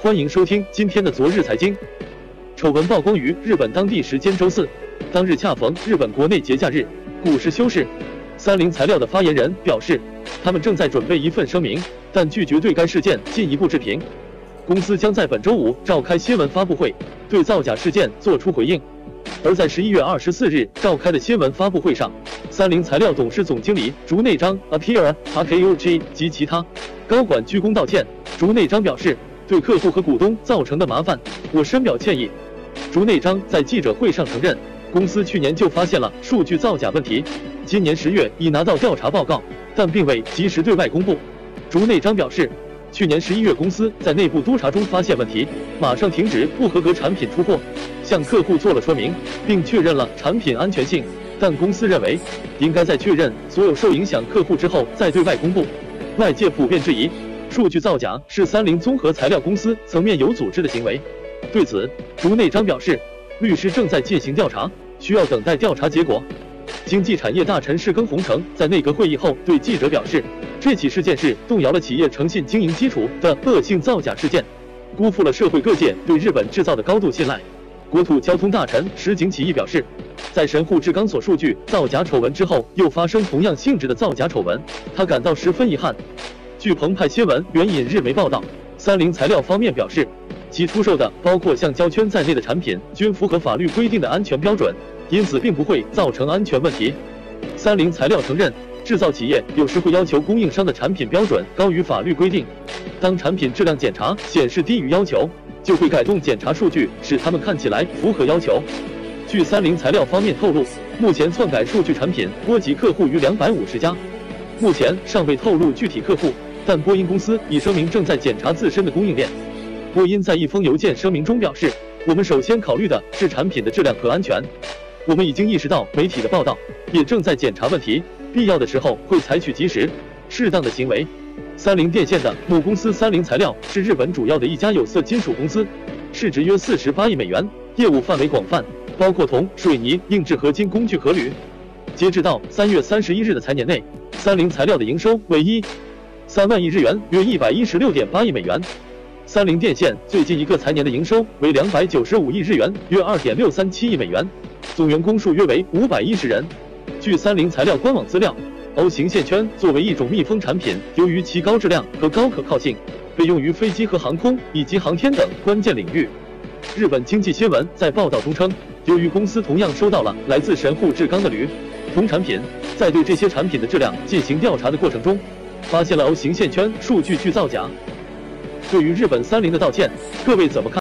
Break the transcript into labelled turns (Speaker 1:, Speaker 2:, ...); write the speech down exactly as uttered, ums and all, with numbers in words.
Speaker 1: 欢迎收听今天的昨日财经。丑闻曝光于日本当地时间周四，当日恰逢日本国内节假日，股市休市。三菱材料的发言人表示，他们正在准备一份声明，但拒绝对该事件进一步置评。公司将在本周五召开新闻发布会，对造假事件作出回应。而在十一月二十四日召开的新闻发布会上，三菱材料董事总经理竹内章 Akira Takeuchi 及其他高管鞠躬道歉。竹内章表示，对客户和股东造成的麻烦，我深表歉意。竹内章在记者会上承认，公司去年就发现了数据造假问题，今年十月已拿到调查报告，但并未及时对外公布。竹内章表示，去年十一月公司在内部督查中发现问题，马上停止不合格产品出货，向客户做了说明，并确认了产品安全性，但公司认为应该在确认所有受影响客户之后再对外公布。外界普遍质疑，数据造假是三菱综合材料公司层面有组织的行为。对此，竹内章表示，律师正在进行调查，需要等待调查结果。经济产业大臣世耕弘成在内阁会议后对记者表示，这起事件是动摇了企业诚信经营基础的恶性造假事件，辜负了社会各界对日本制造的高度信赖。国土交通大臣石井起义表示，在神户制钢所数据造假丑闻之后，又发生同样性质的造假丑闻，他感到十分遗憾。据澎湃新闻援引日媒报道，三菱材料方面表示，其出售的包括橡胶圈在内的产品均符合法律规定的安全标准，因此并不会造成安全问题。三菱材料承认，制造企业有时会要求供应商的产品标准高于法律规定，当产品质量检查显示低于要求，就会改动检查数据，使它们看起来符合要求。据三菱材料方面透露，目前篡改数据产品波及客户逾两百五十家，目前尚未透露具体客户，但波音公司已声明正在检查自身的供应链。波音在一封邮件声明中表示，我们首先考虑的是产品的质量和安全，我们已经意识到媒体的报道，也正在检查问题，必要的时候会采取及时、适当的行为。三菱电线的母公司三菱材料是日本主要的一家有色金属公司，市值约四十八亿美元，业务范围广泛，包括铜、水泥、硬质合金工具和铝。截至到三月三十一日的财年内，三菱材料的营收为一三万亿日元，约一百一十六点八亿美元。三菱电线最近一个财年的营收为两百九十五亿日元，约二点六三七亿美元，总员工数约为五百一十人。据三菱材料官网资料，O型线圈作为一种密封产品，由于其高质量和高可靠性，被用于飞机和航空以及航天等关键领域。日本经济新闻在报道中称，由于公司同样收到了来自神户制钢的铝、铜产品，在对这些产品的质量进行调查的过程中，发现了 O型线圈数据具造假。对于日本三菱的道歉，各位怎么看？